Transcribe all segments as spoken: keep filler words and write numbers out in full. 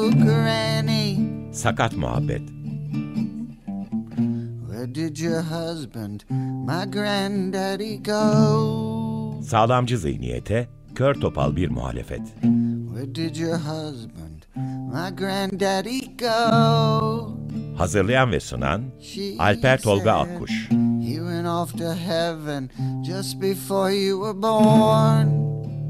Granny. Sakat Muhabbet. Where did your husband, my granddaddy, go? Sağlamcı zihniyete, kör topal bir muhalefet. Where did your husband, my granddaddy, go? Hazırlayan ve sunan She Alper Tolga said Akkuş. he went off to heaven just before you were born.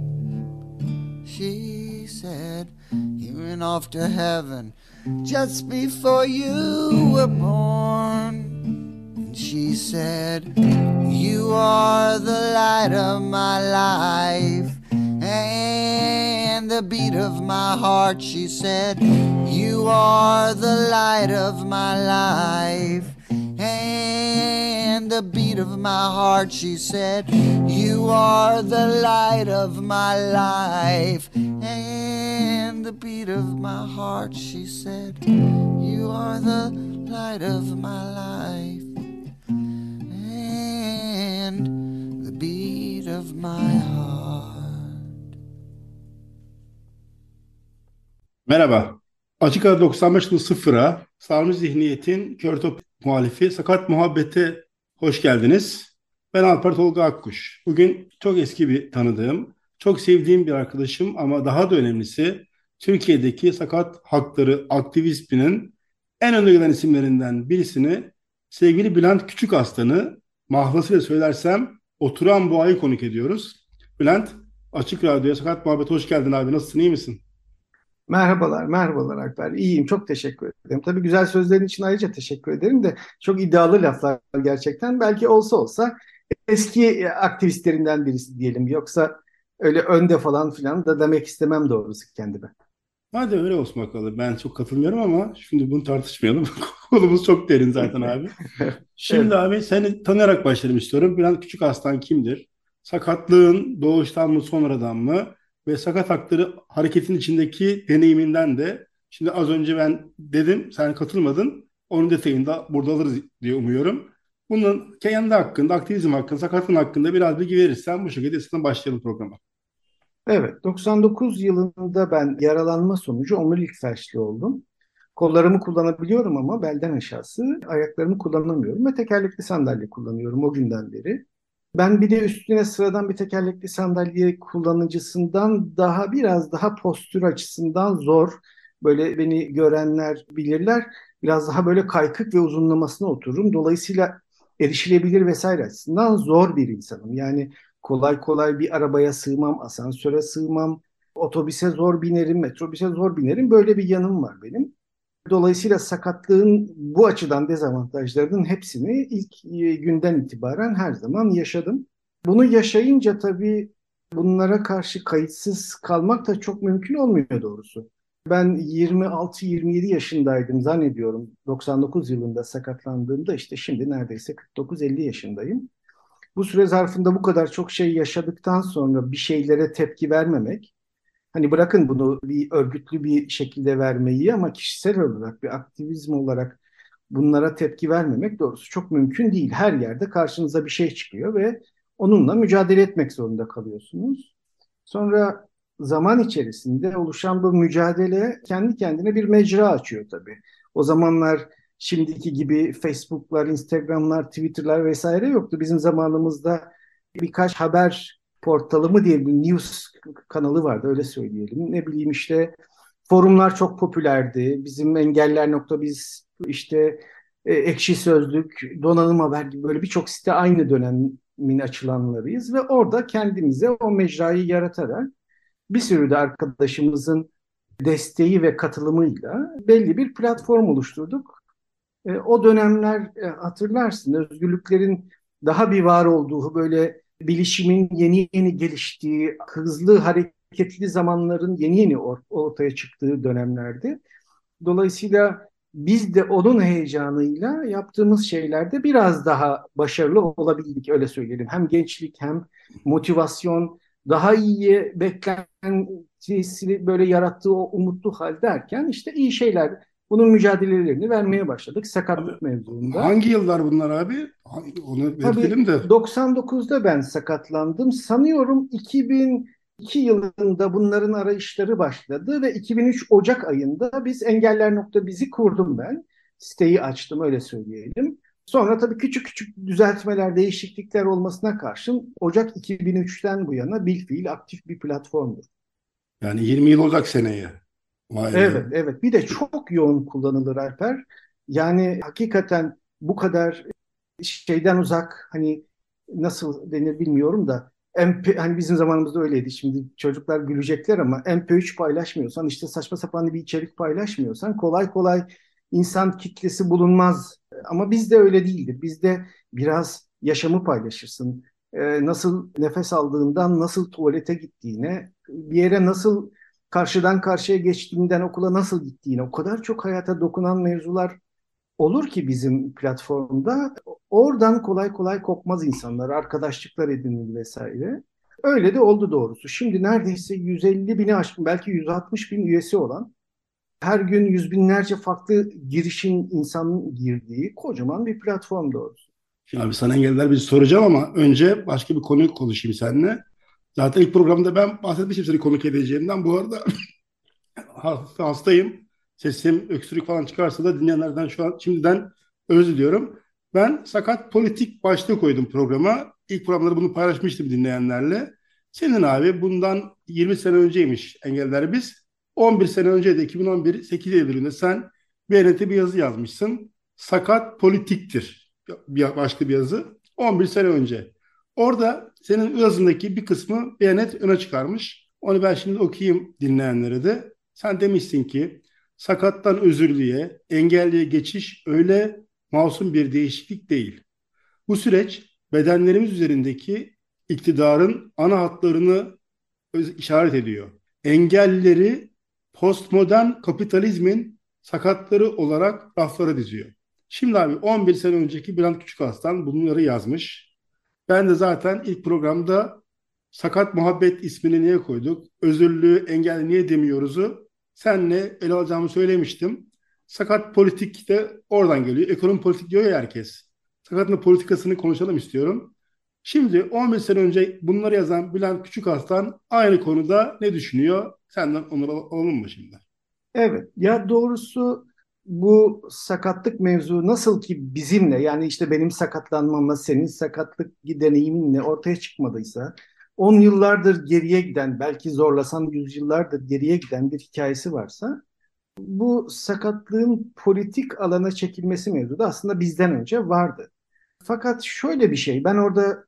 She said he went off to heaven just before you were born. And she said, you are the light of my life and the beat of my heart. She said, you are the light of my life and the beat of my heart. She said, you are the light of my life and the beat of my heart. She said, you are the light of my life and the beat of my heart. Merhaba. Açık Radyo doksan beş nokta sıfıra, Sağlıklı Zihniyet'in Kör Top muhalifi Sakat Muhabbet'e hoş geldiniz. Ben Alper Tolga Akkuş. Bugün çok eski bir tanıdığım, çok sevdiğim bir arkadaşım ama daha da önemlisi Türkiye'deki sakat hakları aktivizminin en önde gelen isimlerinden birisini sevgili Bülent Küçükaslan'ı mahlasıyla söylersem Oturan Boğa'yı konuk ediyoruz. Bülent, Açık Radyo'ya Sakat Muhabbet'e hoş geldin abi. Nasılsın, iyi misin? Merhabalar, merhabalar Alper. İyiyim, çok teşekkür ederim. Tabii güzel sözlerin için ayrıca teşekkür ederim de çok iddialı laflar gerçekten. Belki olsa olsa eski aktivistlerinden birisi diyelim. Yoksa öyle önde falan filan da demek istemem doğrusu kendime. Hadi öyle olsun bakalım. Ben çok katılmıyorum ama şimdi bunu tartışmayalım. Konumuz çok derin zaten abi. Şimdi Evet. abi seni tanıyarak başlayalım istiyorum. Bülent Küçükaslan kimdir? Sakatlığın doğuştan mı sonradan mı? Ve sakat hakları hareketin içindeki deneyiminden de şimdi az önce ben dedim sen katılmadın. Onun detayını da burada alırız diye umuyorum. Bunun kendi hakkında, aktivizm hakkında, sakatlığın hakkında biraz bilgi verirsen bu şekilde eskiden başlayalım programa. Evet, doksan dokuz yılında ben yaralanma sonucu omurilik felçli oldum. Kollarımı kullanabiliyorum ama belden aşağısı ayaklarımı kullanamıyorum ve tekerlekli sandalye kullanıyorum o günden beri. Ben bir de üstüne sıradan bir tekerlekli sandalye kullanıcısından daha biraz daha postür açısından zor. Böyle beni görenler bilirler. Biraz daha böyle kaykık ve uzunlamasına otururum. Dolayısıyla erişilebilir vesaire açısından zor bir insanım. Yani kolay kolay bir arabaya sığmam, asansöre sığmam, otobüse zor binerim, metrobüse zor binerim. Böyle bir yanım var benim. Dolayısıyla sakatlığın bu açıdan dezavantajlarının hepsini ilk e, günden itibaren her zaman yaşadım. Bunu yaşayınca tabii bunlara karşı kayıtsız kalmak da çok mümkün olmuyor doğrusu. Ben yirmi altı yirmi yedi yaşındaydım zannediyorum doksan dokuz yılında sakatlandığımda, işte şimdi neredeyse kırk dokuz elli yaşındayım. Bu süre zarfında bu kadar çok şey yaşadıktan sonra bir şeylere tepki vermemek, hani bırakın bunu bir örgütlü bir şekilde vermeyi, ama kişisel olarak bir aktivizm olarak bunlara tepki vermemek doğrusu çok mümkün değil. Her yerde karşınıza bir şey çıkıyor ve onunla mücadele etmek zorunda kalıyorsunuz. Sonra zaman içerisinde oluşan bu mücadele kendi kendine bir mecra açıyor tabii. O zamanlar şimdiki gibi Facebook'lar, Instagram'lar, Twitter'lar vesaire yoktu. Bizim zamanımızda birkaç haber portalı mı diye bir news kanalı vardı, öyle söyleyelim. Ne bileyim işte forumlar çok popülerdi. Bizim engeller nokta biz, işte e, Ekşi Sözlük, Donanım Haber gibi böyle birçok site aynı dönemin açılanlarıyız ve orada kendimize o mecrayı yaratarak bir sürü de arkadaşımızın desteği ve katılımıyla belli bir platform oluşturduk. E, o dönemler e, hatırlarsın, özgürlüklerin daha bir var olduğu, böyle bilişimin yeni yeni geliştiği, hızlı hareketli zamanların yeni yeni or- ortaya çıktığı dönemlerdi. Dolayısıyla biz de onun heyecanıyla yaptığımız şeylerde biraz daha başarılı olabildik, öyle söyleyelim. Hem gençlik hem motivasyon, daha iyiye beklentisini böyle yarattığı o umutlu hal derken işte iyi şeyler, bunun mücadelelerini vermeye başladık Abi, sakatlık mevzuunda. hangi yıllar bunlar abi? Hangi- Onu Tabii belirtelim de. doksan dokuzda ben sakatlandım. Sanıyorum iki bin iki yılında bunların arayışları başladı ve iki bin üç Ocak ayında biz engeller nokta biz'i kurdum ben. Siteyi açtım, öyle söyleyelim. Sonra tabii küçük küçük düzeltmeler, değişiklikler olmasına karşın Ocak iki bin üçten bu yana bilfiil aktif bir platformdur. Yani yirmi yıl olacak seneye. Vay be. Evet, evet. Bir de çok yoğun kullanılır Alper. Yani hakikaten bu kadar şeyden uzak, hani nasıl denir bilmiyorum da M P, hani bizim zamanımızda öyleydi. Şimdi çocuklar gülecekler ama M P üç paylaşmıyorsan, işte saçma sapan bir içerik paylaşmıyorsan kolay kolay insan kitlesi bulunmaz. Ama bizde öyle değildir. Bizde biraz yaşamı paylaşırsın. Ee, nasıl nefes aldığından, nasıl tuvalete gittiğine, bir yere nasıl karşıdan karşıya geçtiğinden, okula nasıl gittiğine, o kadar çok hayata dokunan mevzular olur ki bizim platformda, oradan kolay kolay kopmaz insanlar, arkadaşlıklar edinir vesaire. Öyle de oldu doğrusu. Şimdi neredeyse yüz elli bini aşkın, belki yüz altmış bin üyesi olan, her gün yüz binlerce farklı girişin, insanın girdiği kocaman bir platform doğrusu. Şimdi abi sana engeller bizi soracağım ama önce başka bir konuyu konuşayım seninle. Zaten ilk programda ben bahsetmiştim seni konuk edeceğimden. Bu arada hastayım. Sesim öksürük falan çıkarsa da dinleyenlerden şu an şimdiden özür diliyorum. Ben sakat politik başlığı koydum programa. İlk programları bunu paylaşmıştım dinleyenlerle. Senin abi bundan yirmi sene önceymiş engeller biz. on bir sene önce de iki bin on bir sekiz Eylül'ünde sen B N T bir yazı yazmışsın. Sakat politiktir. Bir, başka bir yazı. on bir sene önce. Orada senin yazındaki bir kısmı B N T öne çıkarmış. Onu ben şimdi okuyayım dinleyenlere de. Sen demişsin ki sakattan özürlüye, engelliye geçiş öyle masum bir değişiklik değil. Bu süreç bedenlerimiz üzerindeki iktidarın ana hatlarını işaret ediyor. Engellileri postmodern kapitalizmin sakatları olarak raflara diziyor. Şimdi abi on bir sene önceki Bülent Küçükaslan bunları yazmış. Ben de zaten ilk programda sakat muhabbet ismini niye koyduk? Özürlü, engelli niye demiyoruzu senle ele alacağımı söylemiştim. Sakat politik de oradan geliyor. Ekonomi politik diyor ya herkes. Sakatın politikasını konuşalım istiyorum. Şimdi on bir sene önce bunları yazan Bülent Küçükaslan aynı konuda ne düşünüyor? Senden onları alalım mı şimdi? Evet, ya doğrusu bu sakatlık mevzu nasıl ki bizimle, yani işte benim sakatlanmamla senin sakatlık deneyiminle ortaya çıkmadıysa, on yıllardır geriye giden, belki zorlasan yüzyıllardır geriye giden bir hikayesi varsa, bu sakatlığın politik alana çekilmesi mevzu da aslında bizden önce vardı. Fakat şöyle bir şey, ben orada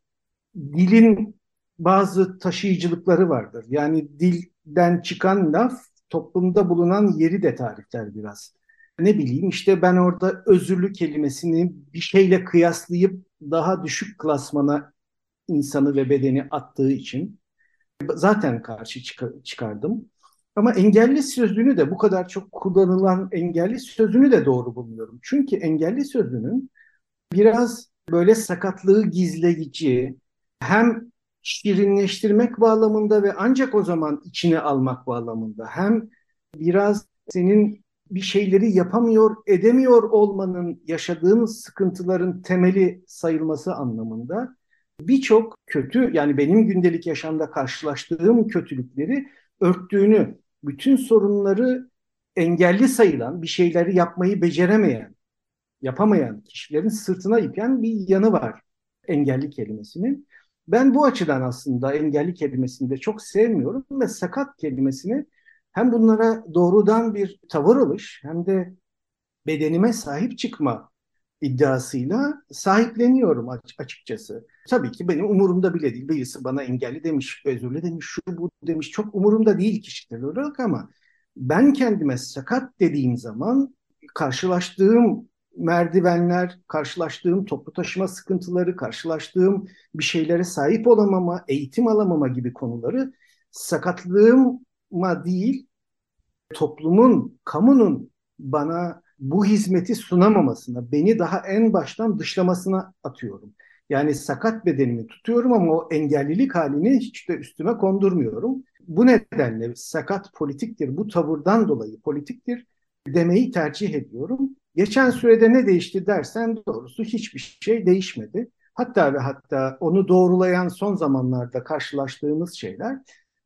dilin bazı taşıyıcılıkları vardır. Yani dilden çıkan laf toplumda bulunan yeri de tarifler biraz. Ne bileyim, işte ben orada özürlü kelimesini bir şeyle kıyaslayıp daha düşük klasmana insanı ve bedeni attığı için zaten karşı çıkardım. Ama engelli sözlüğünü de, bu kadar çok kullanılan engelli sözlüğünü de doğru bulmuyorum. Çünkü engelli sözlüğünün biraz böyle sakatlığı gizleyici, hem şirinleştirmek bağlamında ve ancak o zaman içine almak bağlamında, hem biraz senin bir şeyleri yapamıyor, edemiyor olmanın, yaşadığın sıkıntıların temeli sayılması anlamında birçok kötü, yani benim gündelik yaşamda karşılaştığım kötülükleri örttüğünü, bütün sorunları engelli sayılan, bir şeyleri yapmayı beceremeyen, yapamayan kişilerin sırtına ipen bir yanı var engelli kelimesinin. Ben bu açıdan aslında engelli kelimesini de çok sevmiyorum ve sakat kelimesini hem bunlara doğrudan bir tavır alış hem de bedenime sahip çıkma iddiasıyla sahipleniyorum açıkçası. Tabii ki benim umurumda bile değil. Birisi bana engelli demiş, özürlü demiş, şu bu demiş. Çok umurumda değil kişisel olarak, ama ben kendime sakat dediğim zaman karşılaştığım merdivenler, karşılaştığım toplu taşıma sıkıntıları, karşılaştığım bir şeylere sahip olamama, eğitim alamama gibi konuları sakatlığıma değil, toplumun, kamunun bana bu hizmeti sunamamasına, beni daha en baştan dışlamasına atıyorum. Yani sakat bedenimi tutuyorum ama o engellilik halini hiç de üstüme kondurmuyorum. Bu nedenle sakat politiktir, bu tavırdan dolayı politiktir demeyi tercih ediyorum. Geçen sürede ne değişti dersen, doğrusu hiçbir şey değişmedi. Hatta ve hatta onu doğrulayan son zamanlarda karşılaştığımız şeyler,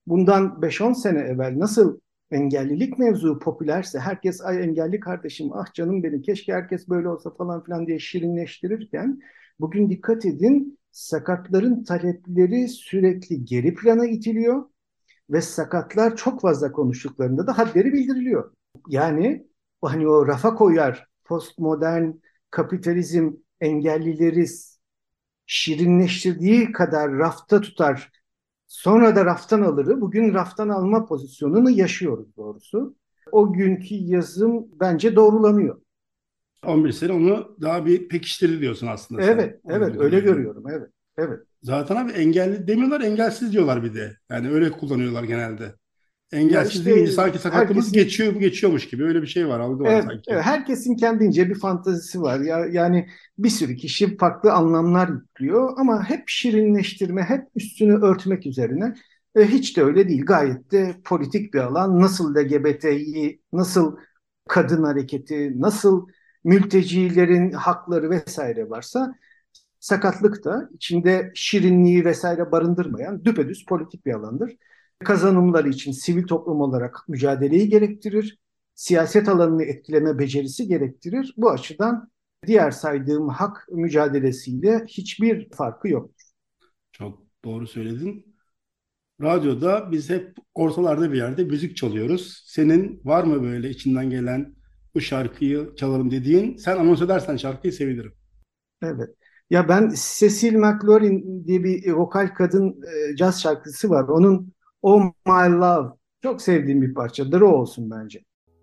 bundan beş on sene evvel nasıl engellilik mevzu popülerse herkes ay engelli kardeşim ah canım benim keşke herkes böyle olsa falan filan diye şirinleştirirken bugün dikkat edin sakatların talepleri sürekli geri plana itiliyor ve sakatlar çok fazla konuştuklarında da hadleri bildiriliyor. Yani hani o rafa koyar postmodern kapitalizm engellileri şirinleştirdiği kadar rafta tutar sonra da raftan alırı bugün raftan alma pozisyonunu yaşıyoruz doğrusu. O günkü yazım bence doğrulanıyor. on bir sene onu daha bir pekiştirdi diyorsun aslında sen. Evet, evet öyle görüyorum. Evet, evet. Zaten abi engelli demiyorlar, engelsiz diyorlar bir de. Yani öyle kullanıyorlar genelde. Ya Engelsiz işte deyince sanki sakatlığımız herkesin geçiyor, bu geçiyormuş gibi öyle bir şey var, algı var evet, sanki. evet, herkesin kendince bir fantazisi var. Ya, yani bir sürü kişi farklı anlamlar yüklüyor ama hep şirinleştirme, hep üstünü örtmek üzerine. E, hiç de öyle değil. Gayet de politik bir alan. Nasıl L G B T'yi, nasıl kadın hareketi, nasıl mültecilerin hakları vesaire varsa sakatlık da içinde şirinliği vesaire barındırmayan düpedüz politik bir alandır. Kazanımları için sivil toplum olarak mücadeleyi gerektirir. Siyaset alanını etkileme becerisi gerektirir. Bu açıdan diğer saydığım hak mücadelesiyle hiçbir farkı yok. Çok doğru söyledin. Radyoda biz hep ortalarda bir yerde müzik çalıyoruz. Senin var mı böyle içinden gelen bu şarkıyı çalalım dediğin? Sen anons edersen şarkıyı sevinirim. Evet. Ya ben Cecil McLaurin diye bir vokal kadın e, caz şarkısı var. Onun Oh My Love çok sevdiğim bir parçadır. O olsun bence.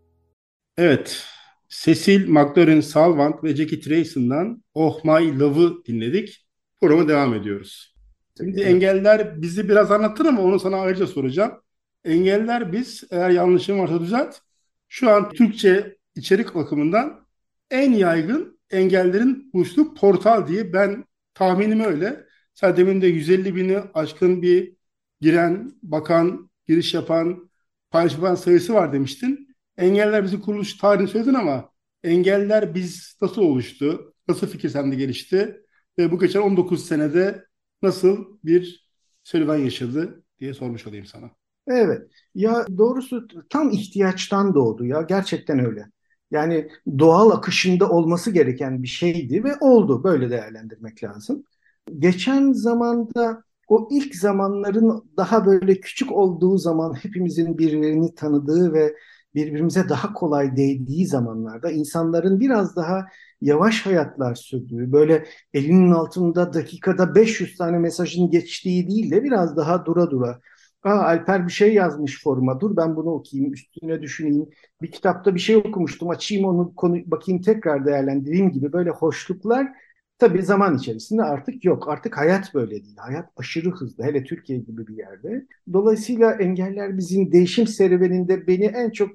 Evet, Cecil McLaurin Salvant ve Jackie Tracey'den Oh My Love'ı dinledik. Programa devam ediyoruz. Şimdi Evet. engeller bizi biraz anlattın ama onu sana ayrıca soracağım. Engeller biz, eğer yanlışım varsa düzelt, şu an Türkçe içerik bakımından en yaygın engellerin buluştuğu portal diye ben tahminim öyle. Sen demin de yüz elli bini aşkın bir giren, bakan, giriş yapan, paylaşılan sayısı var demiştin. Engeller Bizi kuruluş tarihini söyledin ama Engeller Biz nasıl oluştu? Nasıl fikir sende gelişti? Ve bu geçen on dokuz senede nasıl bir serüven yaşadı diye sormuş olayım sana. Evet. Ya doğrusu tam ihtiyaçtan doğdu ya. Gerçekten öyle. Yani doğal akışında olması gereken bir şeydi ve oldu. Böyle değerlendirmek lazım. Geçen zamanda o ilk zamanların daha böyle küçük olduğu zaman hepimizin birbirini tanıdığı ve birbirimize daha kolay değdiği zamanlarda insanların biraz daha yavaş hayatlar sürdüğü, böyle elinin altında dakikada beş yüz tane mesajın geçtiği değil de biraz daha dura dura Aa, Alper bir şey yazmış foruma. Dur ben bunu okuyayım, üstüne düşüneyim. Bir kitapta bir şey okumuştum. Açayım onu konu, bakayım tekrar değerlendireyim gibi böyle hoşluklar tabii zaman içerisinde artık yok. Artık hayat böyle değil. Hayat aşırı hızlı. Hele Türkiye gibi bir yerde. Dolayısıyla engeller bizim değişim serüveninde beni en çok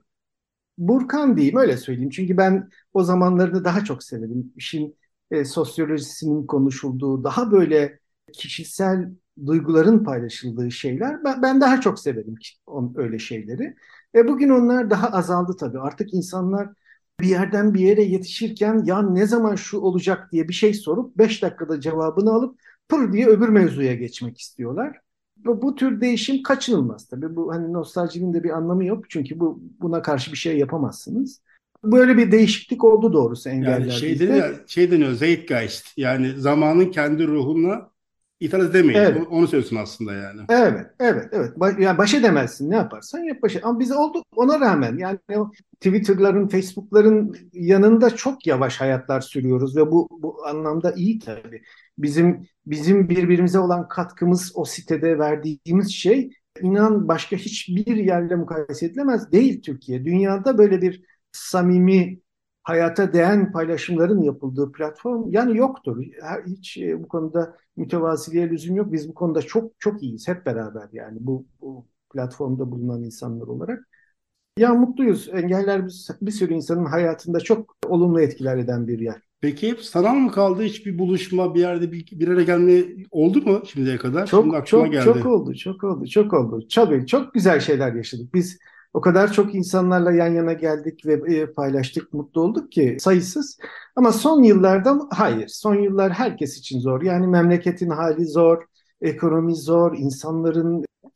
Burkan diyeyim öyle söyleyeyim. Çünkü ben o zamanlarını daha çok severim. İşin e, sosyolojisinin konuşulduğu, daha böyle kişisel duyguların paylaşıldığı şeyler. Ben, ben daha çok severim ki- on, öyle şeyleri. E, bugün onlar daha azaldı tabii. Artık insanlar bir yerden bir yere yetişirken ya ne zaman şu olacak diye bir şey sorup beş dakikada cevabını alıp pır diye öbür mevzuya geçmek istiyorlar. Bu, bu tür değişim kaçınılmaz tabii. Bu hani nostaljinin de bir anlamı yok. Çünkü bu buna karşı bir şey yapamazsınız. Böyle bir değişiklik oldu doğrusu Yani engeller şey bizde. deniyor, şey deniyor Zeitgeist. Yani zamanın kendi ruhuna ithal edemeyiz. Onu, Evet. onu söylüyorsun aslında yani. Evet, evet, evet. Ba- yani baş edemezsin ne yaparsan yap baş ed- Ama biz olduk ona rağmen yani o Twitter'ların, Facebook'ların yanında çok yavaş hayatlar sürüyoruz ve bu bu anlamda iyi tabii. Bizim bizim birbirimize olan katkımız o sitede verdiğimiz şey inan başka hiçbir yerle mukayese edilemez değil Türkiye. Dünyada böyle bir samimi hayata değen paylaşımların yapıldığı platform yani yoktur. Her, hiç e, bu konuda mütevaziliğe lüzum yok. Biz bu konuda çok çok iyiyiz hep beraber yani bu, bu platformda bulunan insanlar olarak. Ya mutluyuz. Engeller bir, bir sürü insanın hayatında çok olumlu etkiler eden bir yer. Peki hep sanal mı kaldı? Hiçbir buluşma, bir yerde bir, bir araya gelme oldu mu şimdiye kadar? Şimdi Çok aklıma çok çok geldi. oldu, çok oldu, çok oldu. Çok, çok güzel şeyler yaşadık. Biz o kadar çok insanlarla yan yana geldik ve e, paylaştık, mutlu olduk ki sayısız. Ama son yıllarda hayır. Son yıllar herkes için zor. Yani memleketin hali zor, ekonomi zor, insanların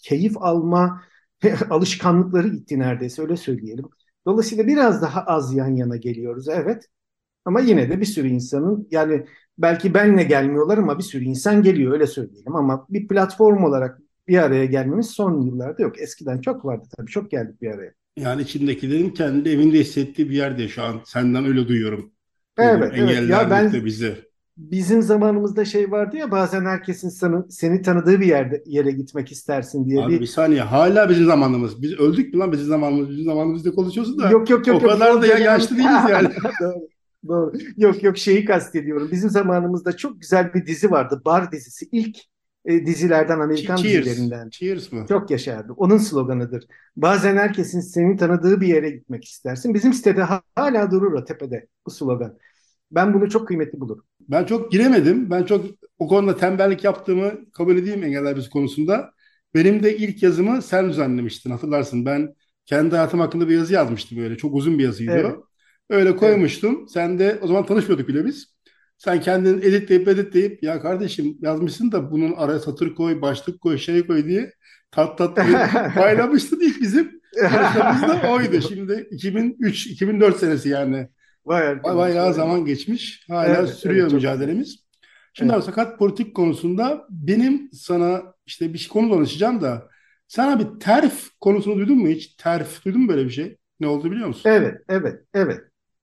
keyif alma alışkanlıkları gitti neredeyse, öyle söyleyelim. Dolayısıyla biraz daha az yan yana geliyoruz, evet. Ama yine de bir sürü insanın, yani belki benle gelmiyorlar ama bir sürü insan geliyor, öyle söyleyelim. Ama bir platform olarak bir araya gelmemiz son yıllarda yok. Eskiden çok vardı tabii, çok geldik bir araya. Yani içindekilerin kendi evinde hissettiği bir yerde şu an. Senden öyle duyuyorum. Bizim Evet, evet. Ya engellendik ben, bizi. bizim zamanımızda şey vardı ya, bazen herkesin sana, seni tanıdığı bir yerde yere gitmek istersin diye Abi bir bir. saniye. Hala bizim zamanımız. Biz öldük mü lan bizim zamanımız? Bizim zamanımızda konuşuyorsun da Yok yok o yok yok, kadar o da ya dönem. yaşlı değiliz yani. Doğru, doğru. Yok yok, şeyi kastediyorum. Bizim zamanımızda çok güzel bir dizi vardı. Bar dizisi. İlk e, dizilerden, Che- Amerikan Cheers. dizilerinden. Cheers mı? Çok yaşardı. Onun sloganıdır. Bazen herkesin seni tanıdığı bir yere gitmek istersin. Bizim sitede ha- hala durur o tepede bu slogan. Ben bunu çok kıymetli bulurum. Ben çok giremedim. Ben çok o konuda tembellik yaptığımı kabul edeyim engeller birisi konusunda. Benim de ilk yazımı sen düzenlemiştin, hatırlarsın. Ben kendi hayatım hakkında bir yazı yazmıştım böyle. Çok uzun bir yazıydı Evet, o. Öyle evet. koymuştum. Sen de o zaman tanışmıyorduk bile biz. Sen kendin editleyip editleyip ya kardeşim yazmışsın da bunun araya satır koy, başlık koy, şey koy diye tat tat diye paylaşmıştın. İlk bizim tanışmamız da oydu. Şimdi iki bin üç iki bin dört senesi yani. Vay Bay- arkadaş, Bayağı vay. zaman geçmiş. Hala Evet, sürüyor evet, çok güzel. mücadelemiz. Şimdi abi Evet. sakat politik konusunda benim sana işte bir şey konu danışacağım da sana bir terf konusunu duydun mu hiç? Terf duydun mu böyle bir şey? Ne oldu biliyor musun? Evet, evet, evet.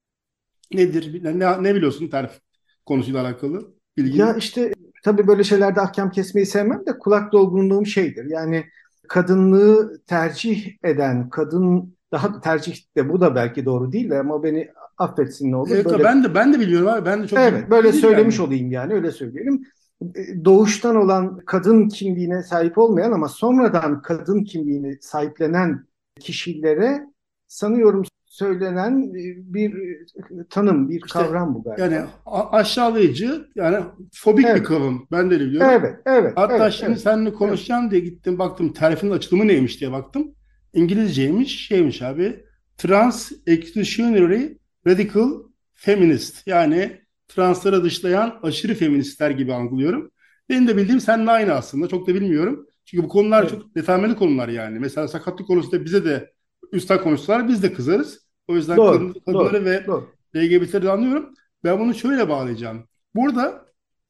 Nedir? Ne, ne, ne biliyorsun terf konusuyla alakalı Ya bilgin? işte tabii böyle şeylerde ahkam kesmeyi sevmem de kulak dolgunluğum şeydir. Yani kadınlığı tercih eden kadın, daha tercih de bu da belki doğru değil de, ama beni affetsin ne olur. Evet, Böyle, ben de ben de biliyorum abi. Ben de çok iyi evet, böyle değil söylemiş yani. olayım, yani öyle söyleyelim. E, Doğuştan olan kadın kimliğine sahip olmayan ama sonradan kadın kimliğini sahiplenen kişilere sanıyorum söylenen e, bir e, tanım, bir İşte kavram bu yani galiba. a- aşağılayıcı yani fobik bir Evet, kavram. Ben de öyle biliyorum. evet, evet, Hatta evet, şimdi evet, seninle evet. konuşacağım diye gittim baktım terfinin açılımı neymiş diye baktım. İngilizceymiş şeymiş abi. Trans Exclusionary Radical Feminist. Yani transları dışlayan aşırı feministler gibi algılıyorum. Benim de bildiğim seninle aynı aslında. Çok da bilmiyorum. Çünkü bu konular Evet. çok detaylı konular yani. Mesela sakatlık konusunda bize de üstten konuşsalar biz de kızarız. O yüzden kadın, Doğru, kadınları doğru, ve doğru. L G B T'leri anlıyorum. Ben bunu şöyle bağlayacağım. Burada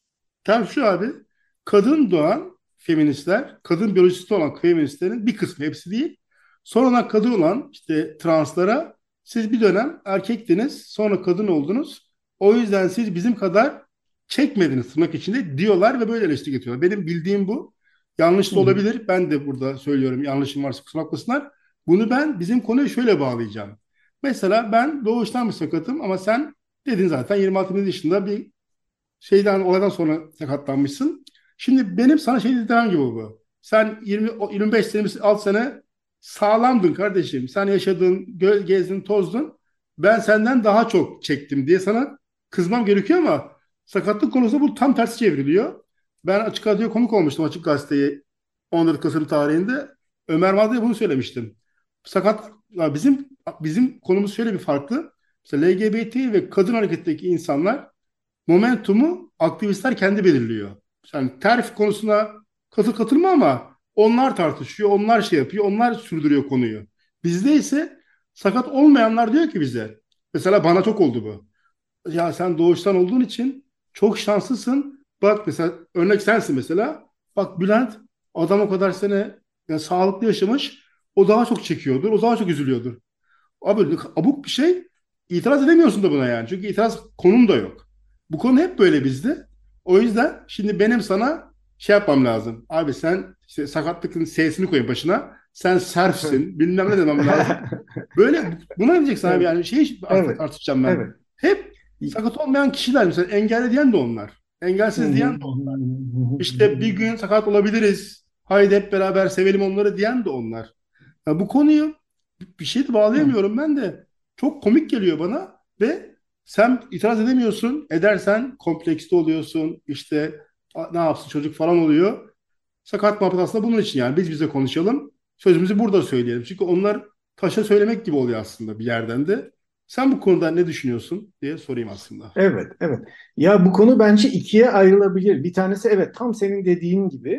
tam şu abi kadın doğan feministler, kadın biyolojisi olan feministlerin bir kısmı, hepsi değil. Sonradan kadın olan işte translara siz bir dönem erkektiniz, sonra kadın oldunuz. O yüzden siz bizim kadar çekmediniz tırnak içinde diyorlar ve böyle eleştiri getiriyorlar. Benim bildiğim bu. Yanlış Hı da hı. olabilir. Ben de burada söylüyorum. Yanlışım varsa kusura bakmasınlar. Bunu ben bizim konuya şöyle bağlayacağım. Mesela ben doğuştan bir sakatım ama sen dedin zaten yirmi altı yaşında bir şeyden olaydan sonra sakatlanmışsın. Şimdi benim sana şey demem gibi bu. Sen yirmi yirmi beş sene alt sene sağlamdın kardeşim. Sen yaşadın, gö- gezdin, tozdun. Ben senden daha çok çektim diye sana kızmam gerekiyor ama sakatlık konusunda bu tam tersi çevriliyor. Ben Açık Radyo'ya konuk olmuştum Açık Gazete'ye on dört Kasım tarihinde. Ömer Madre'ye bunu söylemiştim. Sakat bizim bizim konumuz şöyle bir farklı. Mesela L G B T ve kadın hareketteki insanlar momentumu aktivistler kendi belirliyor. Yani terfi konusuna katıl katılma ama onlar tartışıyor, onlar şey yapıyor, onlar sürdürüyor konuyu. Bizde ise sakat olmayanlar diyor ki bize, mesela bana çok oldu bu. Ya sen doğuştan olduğun için çok şanslısın. Bak mesela örnek sensin mesela. Bak Bülent adam o kadar sene yani sağlıklı yaşamış. O daha çok çekiyordur, o daha çok üzülüyordur. Abi abuk bir şey. İtiraz edemiyorsun da buna yani. Çünkü itiraz konum da yok. Bu konu hep böyle bizde. O yüzden şimdi benim sana şey yapmam lazım. Abi sen işte sakatlıkın S'sini koyun başına. Sen serfsin. Bilmem ne demem lazım. Böyle buna ne diyeceksin abi Evet, yani şey art- evet, tartışacağım ben. evet. Hep sakat olmayan kişiler mesela engelli diyen de onlar. Hı Engelsiz hı. diyen de onlar. İşte bir gün sakat olabiliriz. Haydi hep beraber sevelim onları diyen de onlar. Ya bu konuyu bir şey de Hı. bağlayamıyorum ben de. Çok komik geliyor bana ve sen itiraz edemiyorsun. Edersen kompleksli oluyorsun. İşte ne yapsın çocuk falan oluyor. Sakat muhabbet aslında bunun için yani. Biz bize konuşalım. Sözümüzü burada söyleyelim. Çünkü onlar taşa söylemek gibi oluyor aslında bir yerden de. Sen bu konuda ne düşünüyorsun diye sorayım aslında. Evet, evet. Ya bu konu bence ikiye ayrılabilir. Bir tanesi, evet, tam senin dediğin gibi.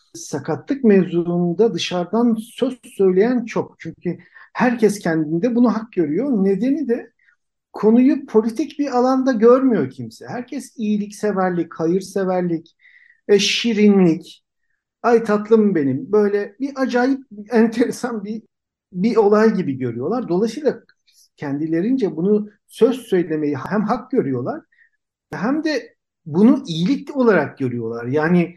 sakatlık mevzuunda dışarıdan söz söyleyen çok. Çünkü herkes kendinde bunu hak görüyor. Nedeni de konuyu politik bir alanda görmüyor kimse. Herkes iyilikseverlik, hayırseverlik, e, şirinlik, ay tatlım benim. Böyle bir acayip enteresan bir bir olay gibi görüyorlar. Dolayısıyla kendilerince bunu söz söylemeyi hem hak görüyorlar hem de bunu iyilik olarak görüyorlar. Yani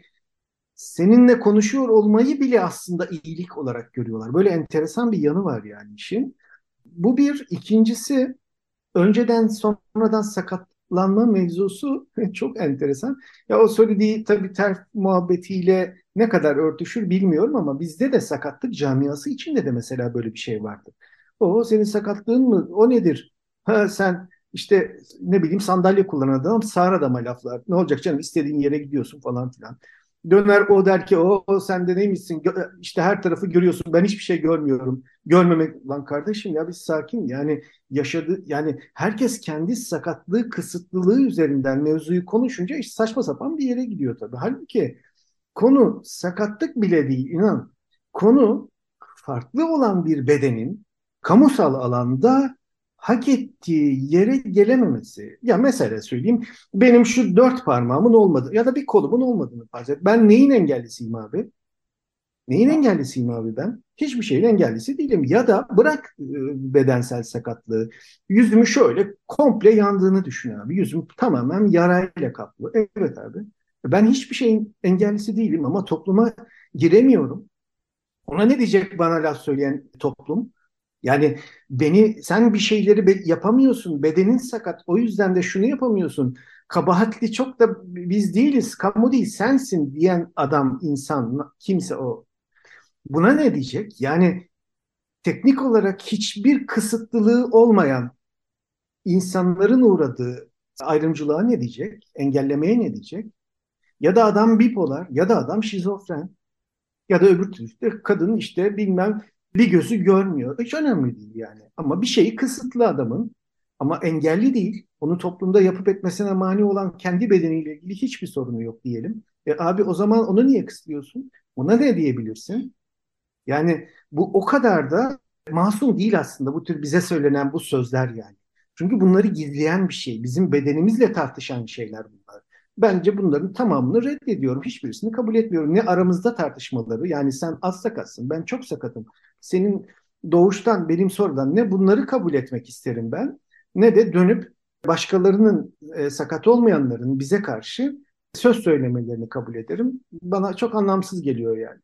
seninle konuşuyor olmayı bile aslında iyilik olarak görüyorlar. Böyle enteresan bir yanı var yani işin. Bu bir. İkincisi, önceden sonradan sakatlanma mevzusu çok enteresan. Ya o söylediği tabii terf muhabbetiyle ne kadar örtüşür bilmiyorum ama bizde de sakatlık camiası içinde de mesela böyle bir şey vardı. O senin sakatlığın mı? O nedir? Ha sen işte ne bileyim sandalye kullanan adam sağır adama laflar. Ne olacak canım istediğin yere gidiyorsun falan filan. Döner o der ki o, o sen de neymişsin Gö- işte her tarafı görüyorsun ben hiçbir şey görmüyorum. Görmemek lan kardeşim ya biz sakin yani yaşadı yani herkes kendi sakatlığı kısıtlılığı üzerinden mevzuyu konuşunca iş saçma sapan bir yere gidiyor tabii. Halbuki konu sakatlık bile değil inan. Konu farklı olan bir bedenin kamusal alanda hak ettiği yere gelememesi. Ya mesela söyleyeyim benim şu dört parmağımın olmadığı ya da bir kolumun olmadığını farz et. Ben neyin engellisiyim abi? Neyin engellisiyim abi ben? Hiçbir şeyin engellisi değilim. Ya da bırak e, bedensel sakatlığı. Yüzümü şöyle komple yandığını düşün abi. Yüzüm tamamen yarayla kaplı. Evet abi. Ben hiçbir şeyin engellisi değilim ama topluma giremiyorum. Ona ne diyecek bana laf söyleyen toplum? Yani beni sen bir şeyleri be- yapamıyorsun. Bedenin sakat. O yüzden de şunu yapamıyorsun. Kabahatli çok da biz değiliz. Kamu değil sensin diyen adam, insan kimse o. Buna ne diyecek? Yani teknik olarak hiçbir kısıtlılığı olmayan insanların uğradığı ayrımcılığa ne diyecek? Engellemeye ne diyecek? Ya da adam bipolar ya da adam şizofren ya da öbür türlü kadın işte bilmem bir gözü görmüyor. Hiç önemli değil yani. Ama bir şeyi kısıtlı adamın ama engelli değil. Onu toplumda yapıp etmesine mani olan kendi bedeniyle ilgili hiçbir sorunu yok diyelim. E abi o zaman onu niye kısıtlıyorsun? Ona ne diyebilirsin? Yani bu o kadar da masum değil aslında bu tür bize söylenen bu sözler yani. Çünkü bunları gizleyen bir şey. Bizim bedenimizle tartışan şeyler bunlar. Bence bunların tamamını reddediyorum. Hiçbirisini kabul etmiyorum. Ne aramızda tartışmaları yani sen az sakatsın ben çok sakatım. Senin doğuştan benim sonradan ne bunları kabul etmek isterim ben ne de dönüp başkalarının e, sakat olmayanların bize karşı söz söylemelerini kabul ederim. Bana çok anlamsız geliyor yani.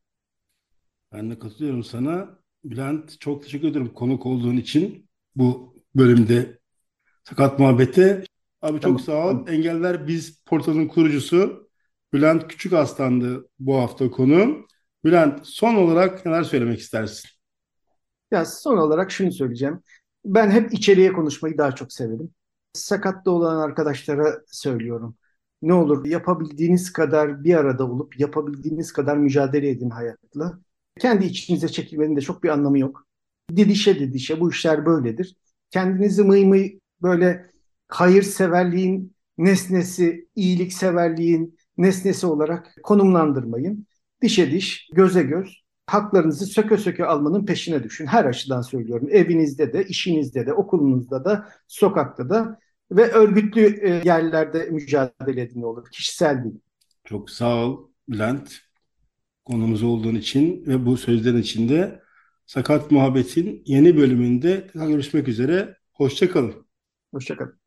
Ben de katılıyorum sana. Bülent çok teşekkür ederim konuk olduğun için bu bölümde Sakat Muhabbete. Abi çok Tamam, sağ ol. tamam. Engeller Biz portalının kurucusu Bülent Küçükaslan'dı bu hafta konu. Bülent son olarak neler söylemek istersin? Ya son olarak şunu söyleyeceğim. Ben hep içeriye konuşmayı daha çok severim. Sakatta olan arkadaşlara söylüyorum. Ne olur yapabildiğiniz kadar bir arada olup yapabildiğiniz kadar mücadele edin hayatla. Kendi içinize çekilmenin de çok bir anlamı yok. Didişe didişe bu işler böyledir. Kendinizi mıy mıy böyle hayırseverliğin nesnesi, iyilikseverliğin nesnesi olarak konumlandırmayın. Dişe diş, göze göz haklarınızı söke söke almanın peşine düşün. Her açıdan söylüyorum. Evinizde de, işinizde de, okulunuzda da, sokakta da ve örgütlü e, yerlerde mücadele edin olur. Kişisel değil. Çok sağ ol Bülent. Konumuz olduğun için ve bu sözlerin içinde Sakat Muhabbet'in yeni bölümünde tekrar görüşmek üzere. Hoşça kalın. Hoşça kalın.